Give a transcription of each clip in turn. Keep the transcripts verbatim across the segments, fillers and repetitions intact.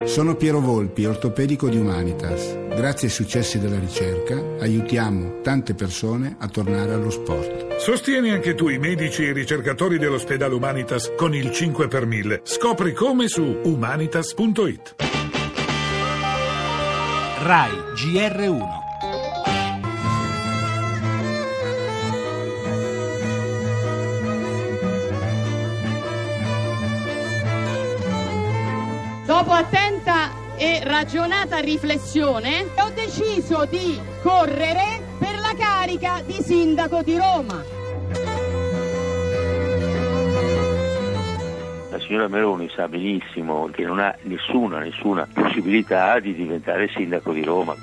Sono Piero Volpi, ortopedico di Humanitas. Grazie ai successi della ricerca aiutiamo tante persone a tornare allo sport. Sostieni anche tu i medici e i ricercatori dell'ospedale Humanitas con il cinque per mille. Scopri come su humanitas punto it. Rai G R uno. Dopo attenta e ragionata riflessione, ho deciso di correre per la carica di sindaco di Roma. La signora Meloni sa benissimo che non ha nessuna, nessuna possibilità di diventare sindaco di Roma.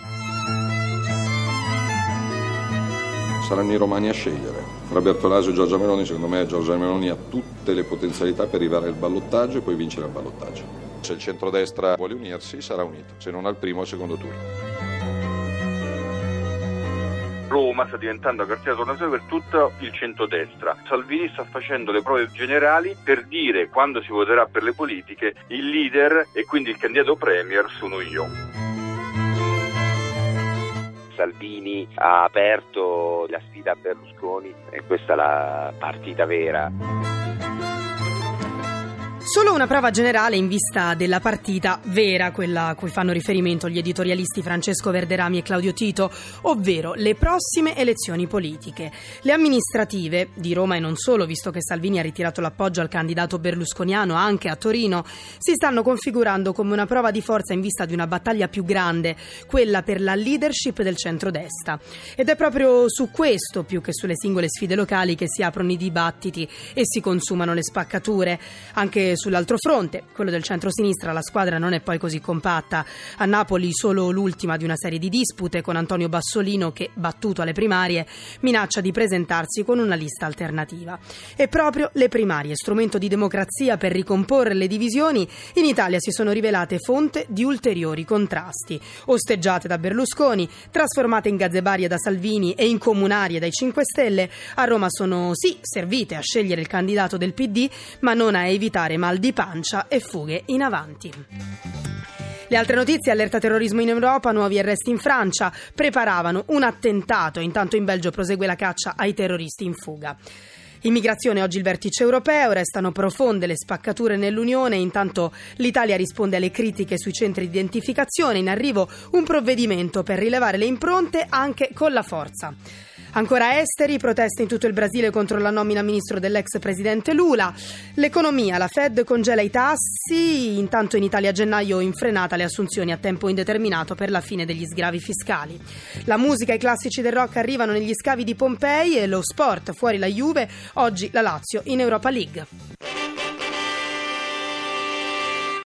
Saranno i romani a scegliere. Tra Bertolaso e Giorgia Meloni, secondo me Giorgia Meloni ha tutte le potenzialità per arrivare al ballottaggio e poi vincere il ballottaggio. Se il centrodestra vuole unirsi, sarà unito, se non al primo o al secondo turno. Roma sta diventando cartina tornasole per tutto il centrodestra. Salvini sta facendo le prove generali per dire, quando si voterà per le politiche, il leader e quindi il candidato premier sono io. Salvini ha aperto la sfida a Berlusconi e questa è la partita vera. Solo una prova generale in vista della partita vera, quella a cui fanno riferimento gli editorialisti Francesco Verderami e Claudio Tito, ovvero le prossime elezioni politiche. Le amministrative di Roma e non solo, visto che Salvini ha ritirato l'appoggio al candidato berlusconiano anche a Torino, si stanno configurando come una prova di forza in vista di una battaglia più grande, quella per la leadership del centrodestra. Ed è proprio su questo, più che sulle singole sfide locali, che si aprono i dibattiti e si consumano le spaccature. Anche sull'altro fronte, quello del centro-sinistra, la squadra non è poi così compatta. A Napoli solo l'ultima di una serie di dispute, con Antonio Bassolino che, battuto alle primarie, minaccia di presentarsi con una lista alternativa. E proprio le primarie, strumento di democrazia per ricomporre le divisioni, in Italia si sono rivelate fonte di ulteriori contrasti. Osteggiate da Berlusconi, trasformate in gazzebarie da Salvini e incomunarie dai cinque Stelle, a Roma sono sì servite a scegliere il candidato del P D, ma non a evitare mal di pancia e fughe in avanti. Le altre notizie: allerta terrorismo in Europa, nuovi arresti in Francia, preparavano un attentato, intanto in Belgio prosegue la caccia ai terroristi in fuga. Immigrazione, oggi il vertice europeo, restano profonde le spaccature nell'Unione, intanto l'Italia risponde alle critiche sui centri di identificazione, in arrivo un provvedimento per rilevare le impronte anche con la forza. Ancora esteri, proteste in tutto il Brasile contro la nomina a ministro dell'ex presidente Lula. L'economia, la Fed congela i tassi, intanto in Italia a gennaio infrenata le assunzioni a tempo indeterminato per la fine degli sgravi fiscali. La musica e i classici del rock arrivano negli scavi di Pompei e lo sport, fuori la Juve, oggi la Lazio in Europa League.